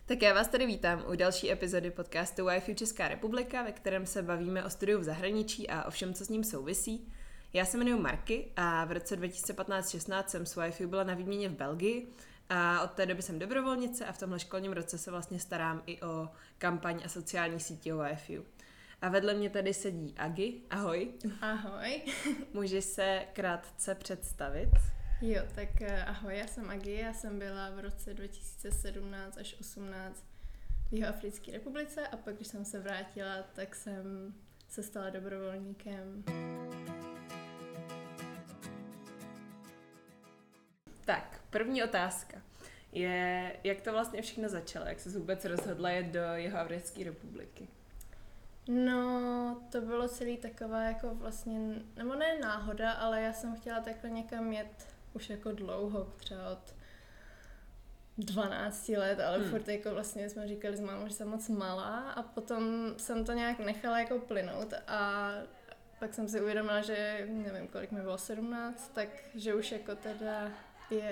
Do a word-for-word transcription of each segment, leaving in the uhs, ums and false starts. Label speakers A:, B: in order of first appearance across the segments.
A: Tak já vás tady vítám u další epizody podcastu W I F U Česká republika, ve kterém se bavíme o studiu v zahraničí a o všem, co s ním souvisí. Já se jmenuji Marky a v roce dva tisíce patnáct šestnáct jsem s W I F U byla na výměně v Belgii a od té doby jsem dobrovolnice a v tomhle školním roce se vlastně starám i o kampaň a sociální sítě W I F U. A vedle mě tady sedí Agi. Ahoj.
B: Ahoj.
A: Můžeš se krátce představit?
B: Jo, tak ahoj, já jsem Agi, já jsem byla v roce dva tisíce sedmnáct až osmnáct v Jihoafrické republice a pak, když jsem se vrátila, tak jsem se stala dobrovolníkem.
A: Tak, první otázka je, jak to vlastně všechno začalo, jak se vůbec rozhodla jet do Jihoafrické republiky?
B: No, to bylo celý taková jako vlastně, nebo ne náhoda, ale já jsem chtěla takhle někam jet už jako dlouho, třeba od dvanácti let, ale hmm. furt jako vlastně jsme říkali s mámou, že jsem moc malá a potom jsem to nějak nechala jako plynout a pak jsem si uvědomila, že nevím, kolik mi bylo, sedmnáct, takže už jako teda je,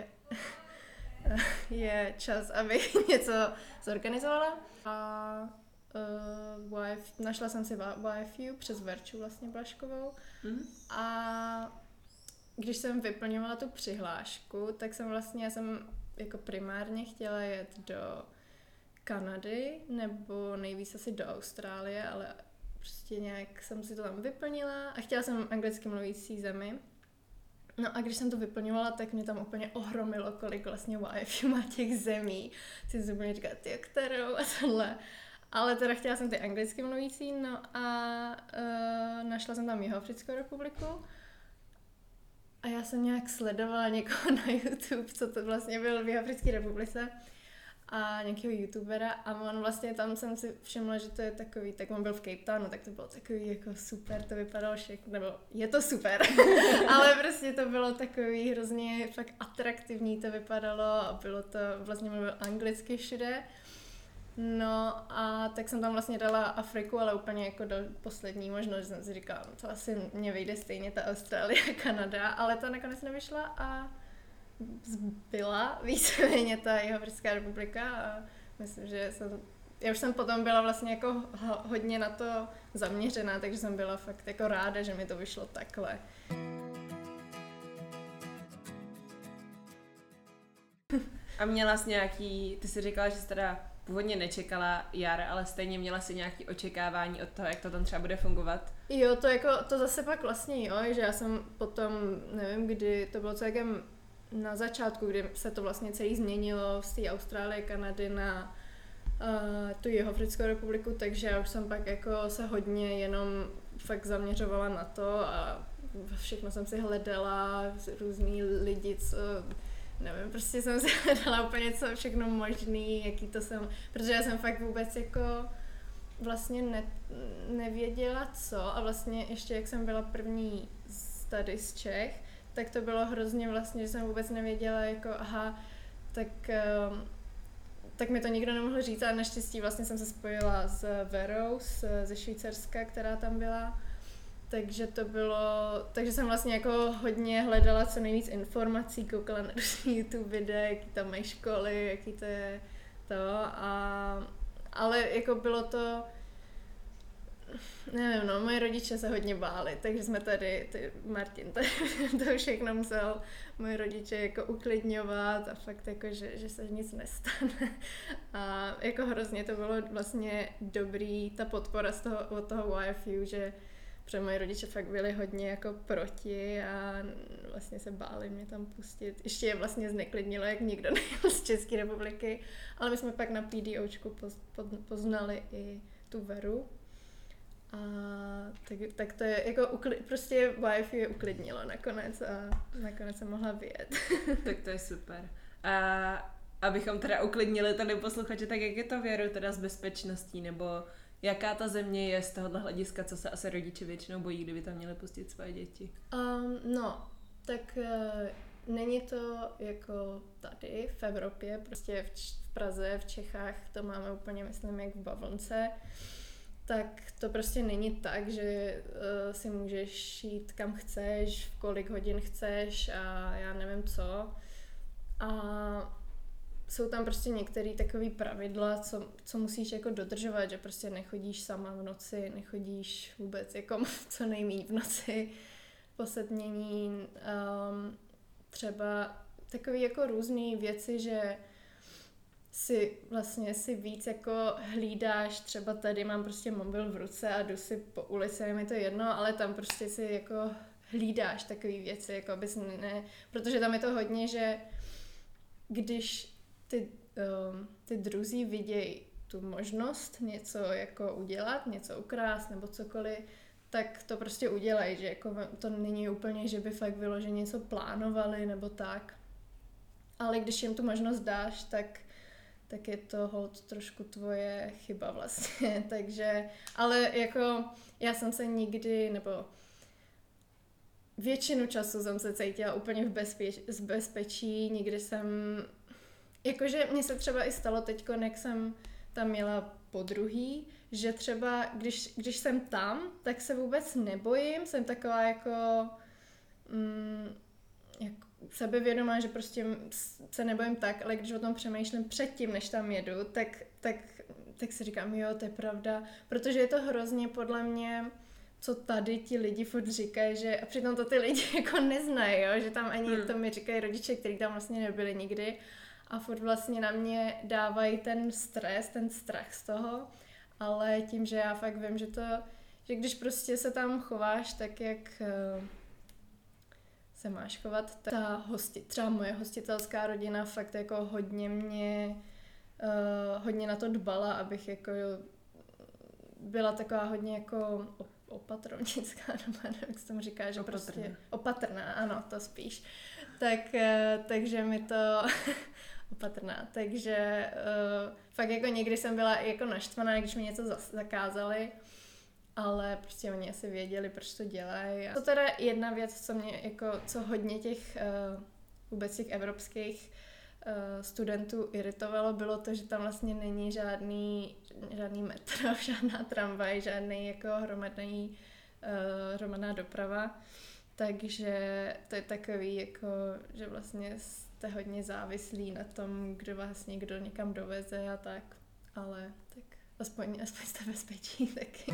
B: je čas, abych něco zorganizovala. A uh, wife, našla jsem si W I F U přes Verču vlastně Blažkovou hmm. a když jsem vyplňovala tu přihlášku, tak jsem vlastně, já jsem jako primárně chtěla jet do Kanady nebo nejvíc asi do Austrálie, ale prostě nějak jsem si to tam vyplnila a chtěla jsem anglicky mluvící zemi. No a když jsem to vyplňovala, tak mě tam úplně ohromilo, kolik vlastně W I F U má těch zemí. Chci si úplně říkat, ty, kterou a tohle. Ale teda chtěla jsem ty anglicky mluvící, no a uh, našla jsem tam Jihoafrickou republiku. A já jsem nějak sledovala někoho na YouTube, co to vlastně byl v Jihoafrické republice a nějakého youtubera a on vlastně tam jsem si všimla, že to je takový, tak on byl v Cape Townu, tak to bylo takový jako super, to vypadalo všechno, nebo je to super, ale prostě to bylo takový hrozně fakt atraktivní, to vypadalo a bylo to, vlastně mluvil anglicky všude. No a tak jsem tam vlastně dala Afriku, ale úplně jako do poslední možnost, že jsem si říkala, no to asi mě vyjde stejně ta Austrálie a Kanada, ale to nakonec nevyšla a byla víceméně ta Jihoafrická republika a myslím, že jsem, já už jsem potom byla vlastně jako hodně na to zaměřená, takže jsem byla fakt jako ráda, že mi to vyšlo takhle.
A: A měla jsi nějaký, ty jsi říkala, že jsi teda původně nečekala jar, ale stejně měla si nějaké očekávání od toho, jak to tam třeba bude fungovat?
B: Jo, to jako, to zase pak vlastně jo, že já jsem potom, nevím kdy, to bylo celkem na začátku, kdy se to vlastně celý změnilo z té Austrálie, Kanady na uh, tu Jihoafrickou republiku, takže já už jsem pak jako se hodně jenom fakt zaměřovala na to a všechno jsem si hledala, různý lidi, co nevím, prostě jsem si hledala úplně co všechno možný, jaký to jsem, protože já jsem fakt vůbec jako vlastně ne, nevěděla co a vlastně ještě jak jsem byla první tady z Čech, tak to bylo hrozně vlastně, že jsem vůbec nevěděla jako aha, tak, tak mi to nikdo nemohl říct a naštěstí vlastně jsem se spojila s Verou z, ze Švýcarska, která tam byla. Takže to bylo, takže jsem vlastně jako hodně hledala co nejvíc informací, koukala na různý YouTube videa, jaký tam mají školy, jaký to je to a, ale jako bylo to, nevím no, moje rodiče se hodně báli, takže jsme tady, ty, Martin, tady, to všechno musel moje rodiče jako uklidňovat a fakt jako, že, že se nic nestane a jako hrozně to bylo vlastně dobrý, ta podpora z toho, od toho W I F U, že protože moji rodiče fakt byli hodně jako proti a vlastně se báli mě tam pustit. Ještě je vlastně zneklidnilo, jak nikdo nejel z České republiky, ale my jsme pak na PDOčku poz, poz, poznali i tu Veru. A tak, tak to je jako ukli, prostě W I F U je uklidnilo nakonec a nakonec jsem mohla vyjet.
A: Tak to je super. A abychom teda uklidnili tady posluchače, tak jak je to Věru teda s bezpečností, nebo jaká ta země je z tohohle hlediska, co se asi rodiče většinou bojí, kdyby tam měli pustit svoje děti?
B: Um, no, tak uh, není to jako tady v Evropě, prostě v, Č- v Praze, v Čechách to máme úplně, myslím, jak v bavlnce. Tak to prostě není tak, že uh, si můžeš jít kam chceš, v kolik hodin chceš a já nevím co. A jsou tam prostě některé takové pravidla, co, co musíš jako dodržovat, že prostě nechodíš sama v noci, nechodíš vůbec jako co nejméně v noci po setmění. Um, třeba takové jako různé věci, že si vlastně si víc jako hlídáš, třeba tady mám prostě mobil v ruce a jdu si po ulici, je mi to jedno, ale tam prostě si jako hlídáš takové věci, jako abys ne, protože tam je to hodně, že když ty, um, ty druzí vidějí tu možnost něco jako udělat, něco ukrást nebo cokoliv, tak to prostě udělají, že jako to není úplně, že by fakt vyloženě něco plánovali nebo tak. Ale když jim tu možnost dáš, tak, tak je to hold trošku tvoje chyba vlastně, takže, ale jako já jsem se nikdy, nebo většinu času jsem se cítila úplně v bezpečí, z bezpečí, nikdy jsem, jakože mně se třeba i stalo teďko, jak jsem tam měla po druhý, že třeba když, když jsem tam, tak se vůbec nebojím, jsem taková jako, mm, jako sebevědomá, že prostě se nebojím tak, ale když o tom přemýšlím předtím, než tam jedu, tak, tak, tak si říkám, jo, to je pravda, protože je to hrozně podle mě, co tady ti lidi furt říkají, že a přitom to ty lidi jako neznají, jo? Že tam ani hmm. to mi říkají rodiče, kteří tam vlastně nebyli nikdy a furt vlastně na mě dávají ten stres, ten strach z toho, ale tím, že já fakt vím, že to, že když prostě se tam chováš tak, jak uh, se máš chovat, tak ta hosti, třeba moje hostitelská rodina fakt jako hodně mě, uh, hodně na to dbala, abych jako byla taková hodně jako opatrovnická, nebo jak se tomu říká, že
A: opatrná.
B: Prostě opatrná, ano, to spíš. Tak, takže mi to opatrná, takže uh, fakt jako někdy jsem byla jako naštvaná, když mi něco zakázali, ale prostě oni asi věděli, proč to dělají. To teda jedna věc, co mě jako, co hodně těch uh, vůbec těch evropských uh, studentů iritovalo, bylo to, že tam vlastně není žádný, žádný metro, žádná tramvaj, žádný jako hromadný, uh, hromadná doprava. Takže to je takový, jako, že vlastně jste hodně závislí na tom, kdo vás někdo někam doveze a tak. Ale tak aspoň, aspoň jste bezpečí taky.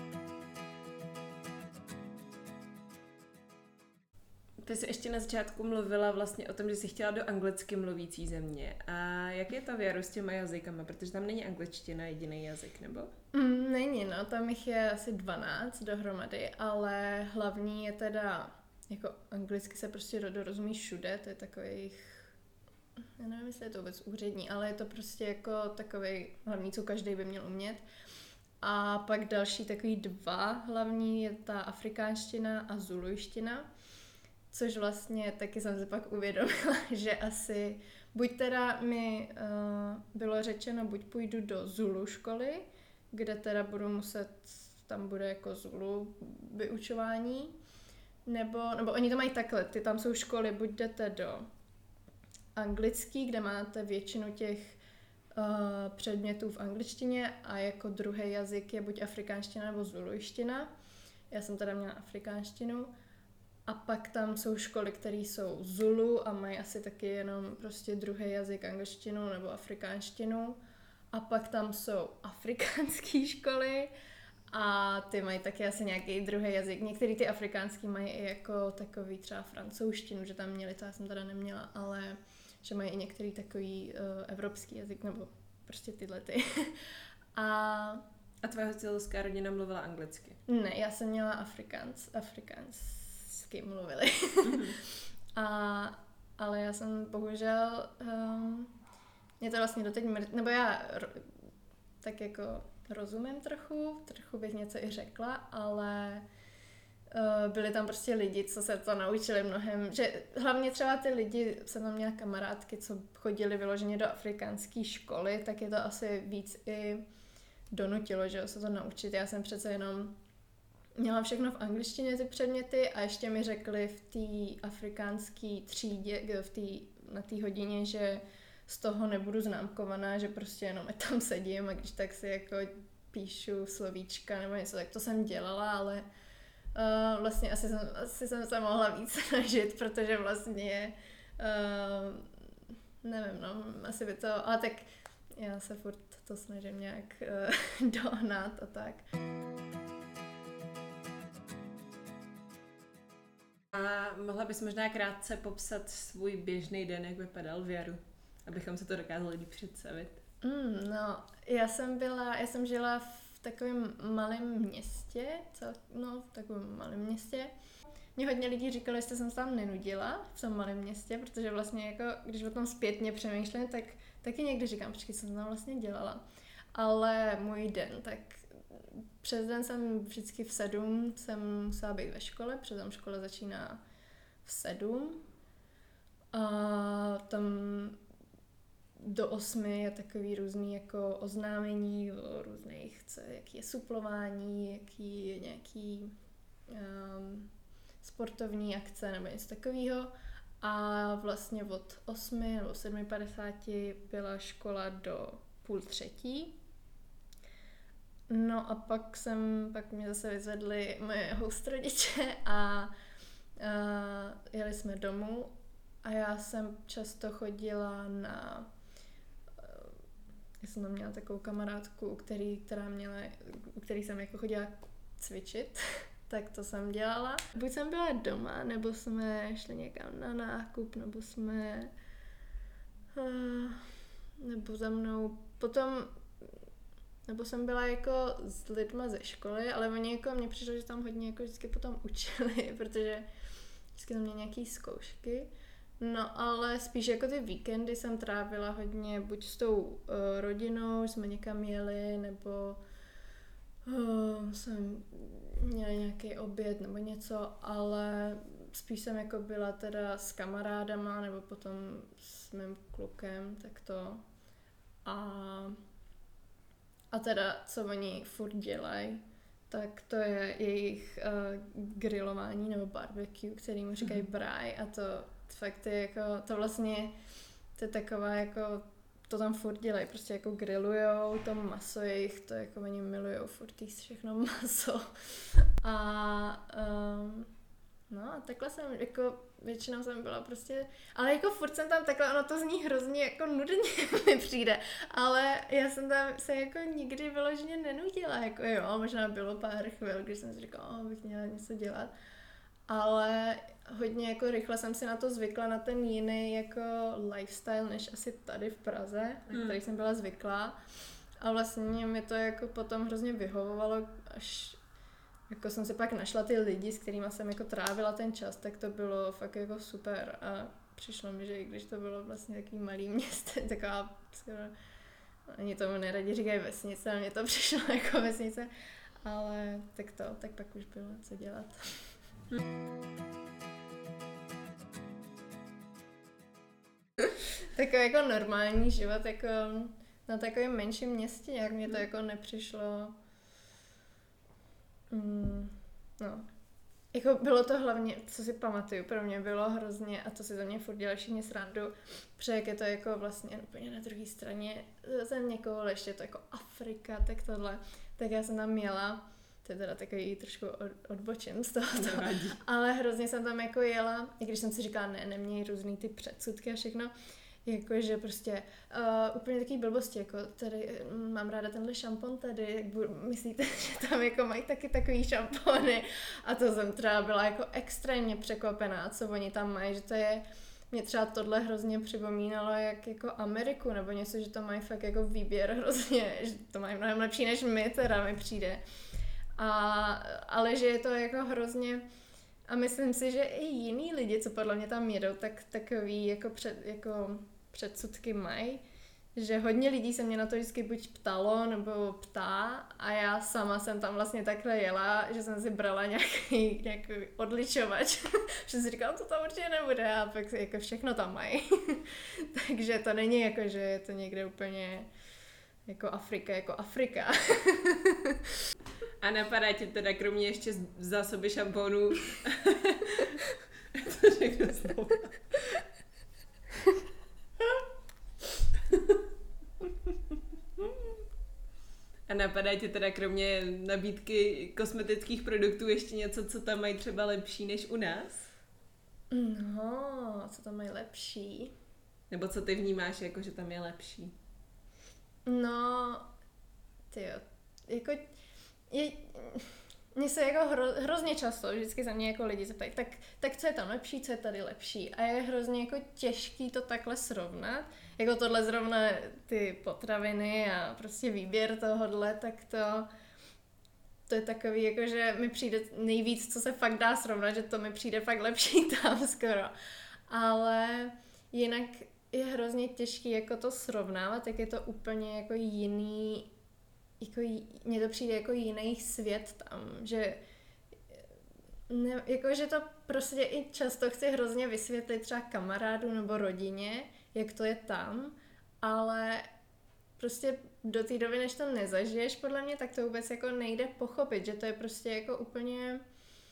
A: Ty jsi ještě na začátku mluvila vlastně o tom, že jsi chtěla do anglicky mluvící země. A jak je to věru s těma jazykama? Protože tam není angličtina jediný jazyk, nebo?
B: Mm, není, no, tam jich je asi dvanáct dohromady, ale hlavní je teda, jako anglicky se prostě dorozumí všude, to je takový, já nevím, jestli je to vůbec úřední, ale je to prostě jako takový hlavní, co každý by měl umět. A pak další takový dva hlavní je ta afrikánština a zulujština. Což vlastně taky jsem si pak uvědomila, že asi buď teda mi uh, bylo řečeno, buď půjdu do Zulu školy, kde teda budu muset, tam bude jako Zulu vyučování, nebo, nebo oni to mají takhle, ty tam jsou školy, buď jdete do anglický, kde máte většinu těch uh, předmětů v angličtině a jako druhý jazyk je buď afrikánština nebo zulujština. Já jsem teda měla afrikánštinu. A pak tam jsou školy, které jsou Zulu a mají asi taky jenom prostě druhý jazyk angličtinu nebo afrikánštinu. A pak tam jsou afrikánské školy a ty mají taky asi nějaký druhý jazyk. Některý ty afrikánský mají i jako takový třeba francouzštinu, že tam měli, to já jsem teda neměla, ale že mají i některý takový uh, evropský jazyk nebo prostě tyhle ty. a
A: A tvoje hostitelská rodina mluvila anglicky?
B: Ne, já jsem měla afrikáns, afrikáns. mluvili. Mm-hmm. a, ale já jsem bohužel, um, mě to vlastně doteď mrzí, nebo já ro, tak jako rozumím trochu, trochu bych něco i řekla, ale uh, byli tam prostě lidi, co se to naučili mnohem, že hlavně třeba ty lidi, jsem tam měla kamarádky, co chodili vyloženě do afrikánské školy, tak je to asi víc i donutilo, že se to naučit. Já jsem přece jenom měla všechno v angličtině ty předměty a ještě mi řekli v té afrikánské třídě, v tý, na té hodině, že z toho nebudu známkovaná, že prostě jenom tam sedím a když tak si jako píšu slovíčka nebo něco, tak to jsem dělala, ale uh, vlastně asi jsem, asi jsem se mohla víc snažit, protože vlastně uh, nevím, no, asi by to, ale tak já se furt to snažím nějak uh, dohnat a tak.
A: A mohla bys možná krátce popsat svůj běžný den, jak vypadal v Jaru, abychom se to dokázali líp představit?
B: Mm, no, já jsem byla, já jsem žila v takovém malém městě, cel, no v takovém malém městě. Mě hodně lidí říkalo, jestli jsem se tam nenudila v tom malém městě, protože vlastně jako, když o tom zpětně přemýšlím, tak taky někdy říkám, počkej, co jsem tam vlastně dělala. Ale můj den, tak přes den jsem vždycky v sedm jsem musela být ve škole, protože tam škola začíná v sedm. A tam do osmi je takový různý jako oznámení o různých, co, jaký je suplování, jaký je nějaký um, sportovní akce nebo něco takového. A vlastně od osmi nebo sedmi padesáti byla škola do půl třetí. No a pak jsem, pak mě zase vyzvedli moje host rodiče a uh, jeli jsme domů a já jsem často chodila na, uh, já jsem tam měla takovou kamarádku, u který, která měla, u který jsem jako chodila cvičit, tak to jsem dělala. Buď jsem byla doma, nebo jsme šli někam na nákup, nebo jsme, uh, nebo za mnou, potom nebo jsem byla jako s lidma ze školy, ale oni jako, mně přišlo, že tam hodně jako vždycky potom učili, protože vždycky tam měli nějaký zkoušky. No ale spíš jako ty víkendy jsem trávila hodně buď s tou uh, rodinou, jsme někam jeli, nebo uh, jsem měla nějaký oběd nebo něco, ale spíš jsem jako byla teda s kamarádama, nebo potom s mým klukem, tak to. A A teda, co oni furt dělají, tak to je jejich uh, grilování nebo barbecue, kterýmu říkají braj a to fakt je jako, to vlastně, to je taková jako, to tam furt dělají, prostě jako grillujou to maso jejich, to jako oni milujou furt jíst všechno maso. A um, no a takhle jsem jako, většinou jsem byla prostě, ale jako furt jsem tam takhle, ono to zní hrozně jako nudně mi přijde, ale já jsem tam se jako nikdy vyloženě nenudila, jako jo, možná bylo pár chvil, když jsem si říkala, oh, bych měla něco dělat, ale hodně jako rychle jsem si na to zvykla, na ten jiný jako lifestyle, než asi tady v Praze, na který jsem byla zvyklá a vlastně mi to jako potom hrozně vyhovovalo, až jako jsem si pak našla ty lidi, s kterými jsem jako trávila ten čas, tak to bylo fakt jako super a přišlo mi, že i když to bylo vlastně takový malý město, taková skoro, ani tomu neradi říkají vesnice, ale mně to přišlo jako vesnice, ale tak to, tak pak už bylo co dělat. Takový jako normální život, jako na takovém menším městě, jak mě to jako nepřišlo. Mm, no. Jako bylo to hlavně, co si pamatuju, pro mě bylo hrozně, a to si za mě furt dělali všichni srandu, protože jak je to jako vlastně úplně na druhé straně země koule, ještě je to jako Afrika, tak tohle, tak já jsem tam jela, to je teda takový trošku odbočen z tohoto, ale hrozně jsem tam jako jela, i když jsem si říkala, ne, neměj různý ty předsudky a všechno, jakože prostě uh, úplně takový blbosti, jako tady um, mám ráda tenhle šampon tady, jak budu, myslíte, že tam jako mají taky takový šampony a to jsem třeba byla jako extrémně překvapená, co oni tam mají, že to je, mě třeba tohle hrozně připomínalo jak jako Ameriku nebo něco, že to mají fakt jako výběr hrozně, že to mají mnohem lepší než my, teda mi přijde, a, ale že je to jako hrozně. A myslím si, že i jiný lidi, co podle mě tam jedou, tak takový jako, před, jako předsudky mají, že hodně lidí se mě na to vždycky buď ptalo, nebo ptá a já sama jsem tam vlastně takhle jela, že jsem si brala nějaký, nějaký odličovač, že si říkala, to tam určitě nebude a pak jako všechno tam mají. Takže to není jako, že je to někde úplně jako Afrika, jako Afrika.
A: A napadá tě teda kromě ještě zásoby šampónů? To řeknu znovu. A napadá tě teda kromě nabídky kosmetických produktů ještě něco, co tam mají třeba lepší než u nás?
B: No, co tam mají lepší?
A: Nebo co ty vnímáš, jako že tam je lepší?
B: No, tyjo, jako je, mně se jako hro, hrozně často vždycky za mě jako lidi zeptají, tak, tak co je tam lepší, co je tady lepší, a je hrozně jako těžký to takhle srovnat, jako tohle zrovna ty potraviny a prostě výběr tohohle, tak to to je takový, jako že mi přijde nejvíc, co se fakt dá srovnat, že to mi přijde fakt lepší tam skoro, ale jinak je hrozně těžký jako to srovnávat, tak je to úplně jako jiný, jako mně to přijde jako jiný svět tam, že ne, jako že to prostě i často chci hrozně vysvětlit třeba kamarádu nebo rodině, jak to je tam, ale prostě do té doby, než to nezažiješ, podle mě, tak to vůbec jako nejde pochopit, že to je prostě jako úplně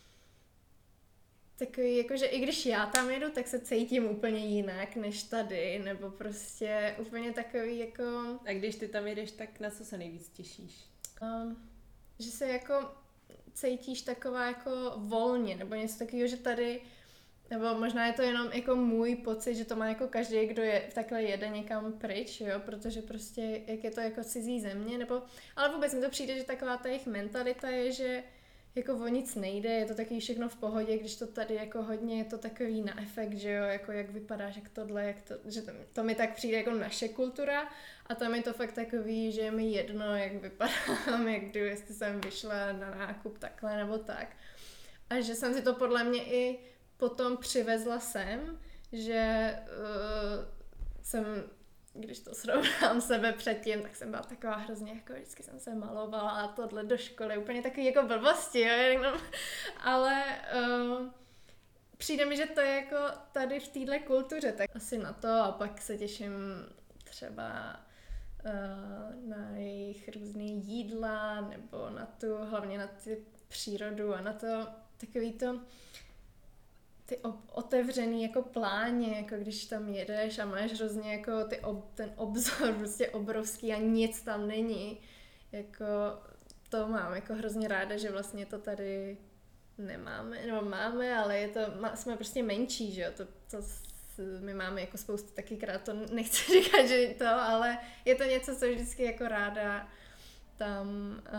B: takový, jako že i když já tam jedu, tak se cítím úplně jinak než tady, nebo prostě úplně takový jako...
A: A když ty tam jedeš, tak na co se nejvíc těšíš?
B: Um, že se jako cítíš taková jako volně, nebo něco takového, že tady, nebo možná je to jenom jako můj pocit, že to má jako každý, kdo je takhle jede někam pryč, jo, protože prostě jak je to jako cizí země, nebo, ale vůbec mi to přijde, že taková ta jejich mentalita je, že jako o nic nejde, je to takový všechno v pohodě, když to tady jako hodně je to takový na efekt, že jo, jako jak vypadáš, jak tohle, jak to, že to, to mi tak přijde jako naše kultura, a tam je to fakt takový, že je mi jedno, jak vypadám, jak jdu, jestli jsem vyšla na nákup takhle nebo tak. A že jsem si to podle mě i potom přivezla sem, že uh, jsem, když to srovnám sebe předtím, tak jsem byla taková hrozně, jako vždycky jsem se malovala a tohle do školy, úplně takový jako blbosti, jo, ale uh, přijde mi, že to je jako tady v téhle kultuře, tak asi na to, a pak se těším třeba uh, na jejich různé jídla, nebo na tu, hlavně na ty přírodu a na to takový to ty otevřený jako pláně, jako když tam jedeš a máš hrozně jako ty ob, ten obzor prostě obrovský a nic tam není, jako to mám jako hrozně ráda, že vlastně to tady nemáme, nebo máme, ale je to, má, jsme prostě menší, že jo, to, to my máme jako spoustu takykrát, to nechci říkat, že to, ale je to něco, co vždycky jako ráda tam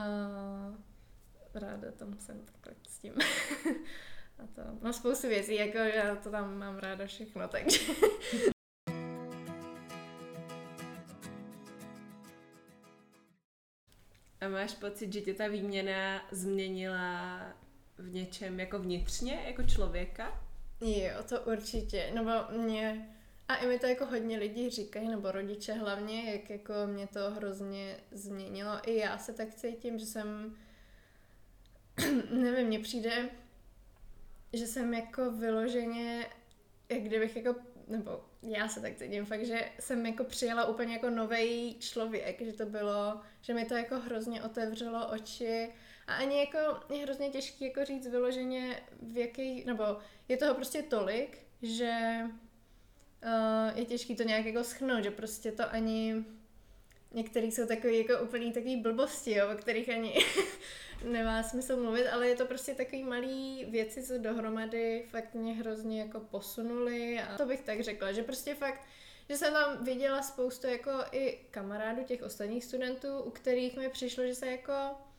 B: uh, ráda tam jsem takhle s tím. A to, no spoustu věcí, jako já to tam mám ráda všechno, takže.
A: A máš pocit, že tě ta výměna změnila v něčem jako vnitřně, jako člověka?
B: Jo, to určitě, nebo mě, a i mi to jako hodně lidí říkají, nebo rodiče hlavně, jak jako mě to hrozně změnilo. I já se tak cítím, že jsem, nevím, mně přijde, že jsem jako vyloženě, jak kdybych jako, nebo já se tak cítím fakt, že jsem jako přijela úplně jako novej člověk, že to bylo, že mi to jako hrozně otevřelo oči a ani jako je hrozně těžký jako říct vyloženě v jaký, nebo je toho prostě tolik, že uh, je těžký to nějak jako shrnout, že prostě to ani, některý jsou takový jako úplný takový blbosti, jo, o kterých ani nemá smysl mluvit, ale je to prostě takový malý věci, co dohromady fakt mě hrozně jako posunuly, a to bych tak řekla, že prostě fakt, že jsem tam viděla spoustu jako i kamarádů těch ostatních studentů, u kterých mi přišlo, že se jako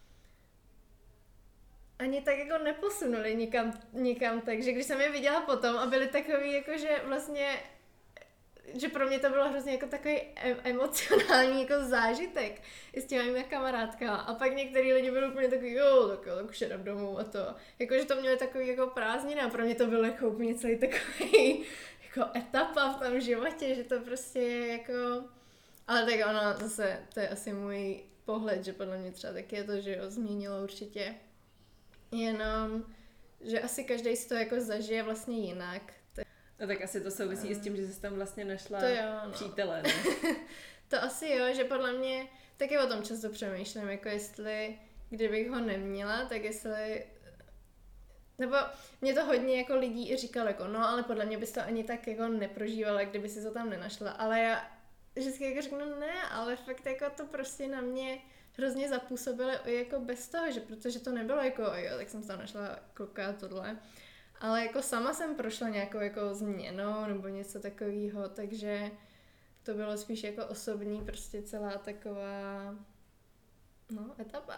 B: ani tak jako neposunuli nikam, nikam, takže když jsem je viděla potom a byli takový jako, že vlastně že pro mě to bylo hrozně jako takový emocionální jako zážitek i s těma mými kamarádkama. A pak některý lidi byli úplně takový, jo, tak jo, tak už jedem domů a to. Jakože to mělo takový jako prázdniny a pro mě to bylo jako úplně celý takový jako etapa v tom životě, že to prostě je jako... Ale tak ono zase, to je asi můj pohled, že podle mě třeba taky je to, že jo, změnilo určitě. Jenom, že asi každý si to jako zažije vlastně jinak.
A: No tak asi to souvisí um, i s tím, že jsi tam vlastně našla
B: to jo, no.
A: přítele, ne?
B: To asi jo, že podle mě, taky o tom často přemýšlím, jako jestli, kdybych ho neměla, tak jestli, nebo mě to hodně jako lidí i říkalo, jako no, ale podle mě bys to ani tak jako neprožívala, kdyby si to tam nenašla, ale já vždycky jako řeknu ne, ale fakt jako to prostě na mě hrozně zapůsobilo i jako bez toho, že protože to nebylo jako jo, tak jsem tam našla kluka a tohle. Ale jako sama jsem prošla nějakou jako změnou nebo něco takového, takže to bylo spíš jako osobní, prostě celá taková, no, etapa.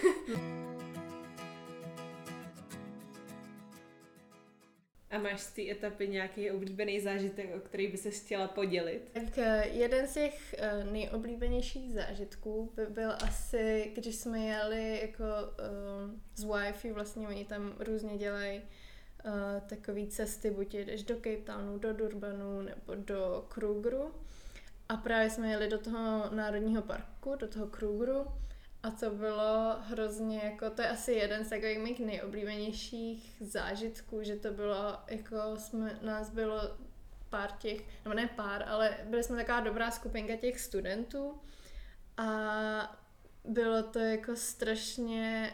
A: A máš z té etapy nějaký oblíbený zážitek, o který by se chtěla podělit?
B: Tak jeden z těch nejoblíbenějších zážitků by byl asi, když jsme jeli jako uh, z Wi-Fi, vlastně oni tam různě dělají uh, takový cesty, buď jdeš do Cape Townu, do Durbanu nebo do Krugeru. A právě jsme jeli do toho národního parku, do toho Krugeru. A to bylo hrozně jako, to je asi jeden z takových mých nejoblíbenějších zážitků, že to bylo, jako jsme, nás bylo pár těch, nebo ne pár, ale byli jsme taková dobrá skupinka těch studentů a bylo to jako strašně,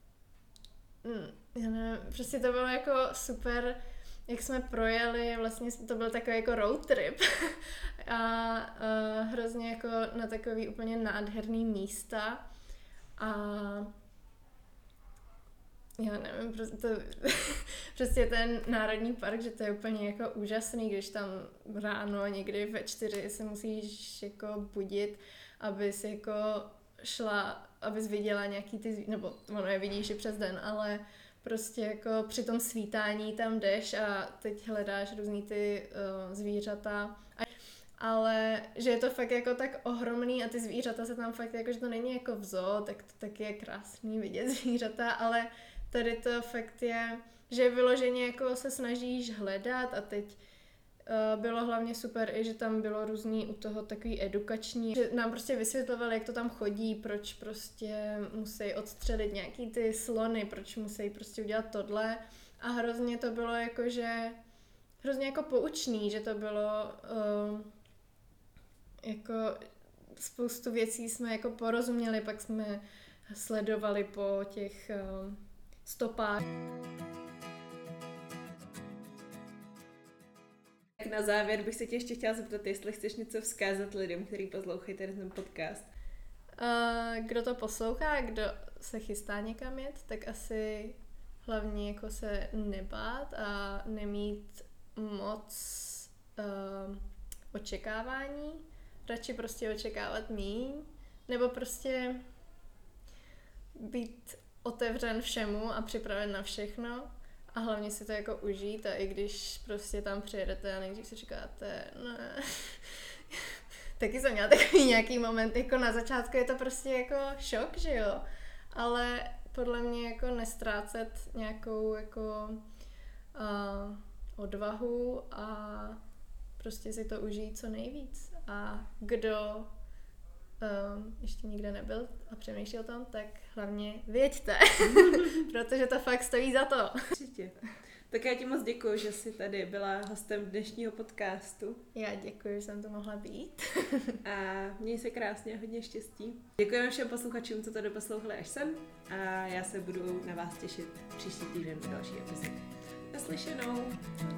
B: já nevím, prostě to bylo jako super, jak jsme projeli, vlastně to byl takový jako road trip a, a hrozně jako na takový úplně nádherný místa. A já nevím, prostě, to, prostě ten národní park, že to je úplně jako úžasný, když tam ráno někdy ve čtyři se musíš jako budit, abys jako šla, abys viděla nějaký ty, nebo ono je vidíš i přes den, ale prostě jako při tom svítání tam jdeš a teď hledáš různý ty uh, zvířata. Ale že je to fakt jako tak ohromný a ty zvířata se tam fakt jako, že to není jako v zoo, tak to taky je krásný vidět zvířata, ale tady to fakt je, že vyloženě jako se snažíš hledat a teď uh, bylo hlavně super i, že tam bylo různý u toho takový edukační, že nám prostě vysvětlovali, jak to tam chodí, proč prostě musí odstřelit nějaký ty slony, proč musí prostě udělat tohle a hrozně to bylo jako, že hrozně jako poučný, že to bylo uh, jako spoustu věcí jsme jako porozuměli, pak jsme sledovali po těch uh, stopách.
A: Tak na závěr bych se tě ještě chtěla zeptat, jestli chceš něco vzkázat lidem, kteří poslouchají ten podcast.
B: Uh, kdo to poslouchá, kdo se chystá někam jet, tak asi hlavně jako se nebát a nemít moc uh, očekávání, radši prostě očekávat míň, nebo prostě být otevřen všemu a připraven na všechno a hlavně si to jako užít a i když prostě tam přijedete a nejdřív si říkáte, ne, taky jsem měla takový nějaký moment, jako na začátku je to prostě jako šok, že jo, ale podle mě jako nestrácet nějakou jako uh, odvahu a prostě si to užít co nejvíc. A kdo um, ještě nikde nebyl a přemýšlel o tom, tak hlavně věďte, protože to fakt stojí za to.
A: Určitě. Tak já ti moc děkuji, že jsi tady byla hostem dnešního podcastu.
B: Já děkuji, že jsem to mohla být.
A: A měj se krásně a hodně štěstí. Děkujeme všem posluchačům, co to doposlouchali až sem. A já se budu na vás těšit příští týden v další epizodě. Naslyšenou.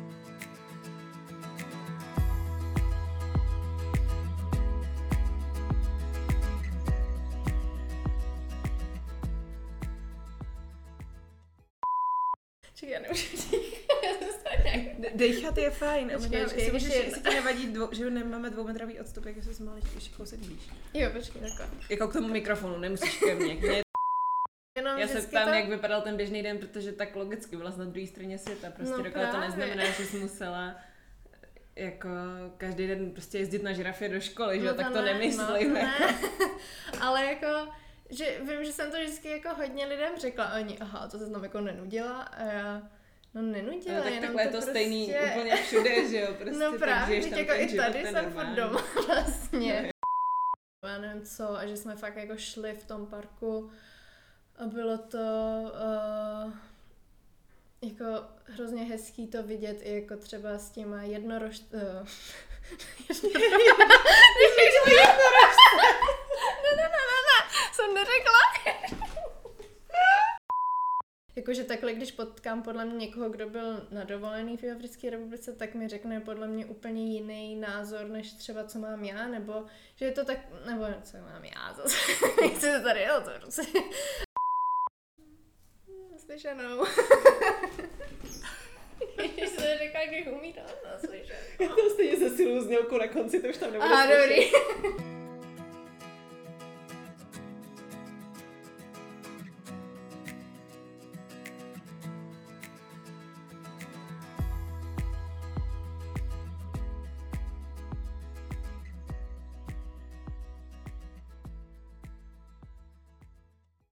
B: Čekaj, já nemůžu dýchat.
A: Dejchat je fajn.
B: Počkej, počkej,
A: jestli,
B: ještě
A: můžeš,
B: jedna.
A: jestli ti nevadí, dvou, že nemáme dvoumetrový odstup, jak se mohli ještě kousek blíž.
B: Jo, počkej, takhle.
A: Jako k tomu mikrofonu, nemusíš ke mně. Mě
B: Jenom
A: já se
B: vždycky
A: ptám,
B: to...
A: jak vypadal ten běžný den, protože tak logicky byla na druhé straně světa. Prostě
B: No
A: dokud to
B: právě.
A: neznamená, že jsi musela jako každý den prostě jezdit na žirafě do školy, že
B: No
A: jo, tak to
B: ne,
A: nemyslím.
B: No, to ne. Ale jako, že vím, že jsem to vždycky jako hodně lidem řekla a oni, aha, to se tam jako nenudila a já, no nenudila,
A: No, tak
B: jenom
A: takhle je to
B: prostě...
A: stejný úplně všude, že jo, prostě
B: no
A: tak
B: právě,
A: žiješ tam
B: jako
A: ten
B: i
A: život,
B: tady
A: ten
B: jsem furt
A: normální.
B: doma vlastně. Já nevím co, a že jsme fakt jako šli v tom parku a bylo to uh, jako hrozně hezký to vidět i jako třeba s těma jednorož... Uh, jednorožce. Ne, ne, ne, ne, ne, jsem neřekla. Jakože takhle, když potkám podle mě někoho, kdo byl na dovolený v Africké republice, tak mi řekne podle mě úplně jiný názor, než třeba co mám já, nebo že je to tak, nebo co mám já, zase nechci se tady o to prostě. Slyšenou. Když jsem řekla, když umí to, to slyšet.
A: Já to stejně zesiluju znělku na konci, to už tam nebude
B: Aha,
A: slyšet.
B: dobrý.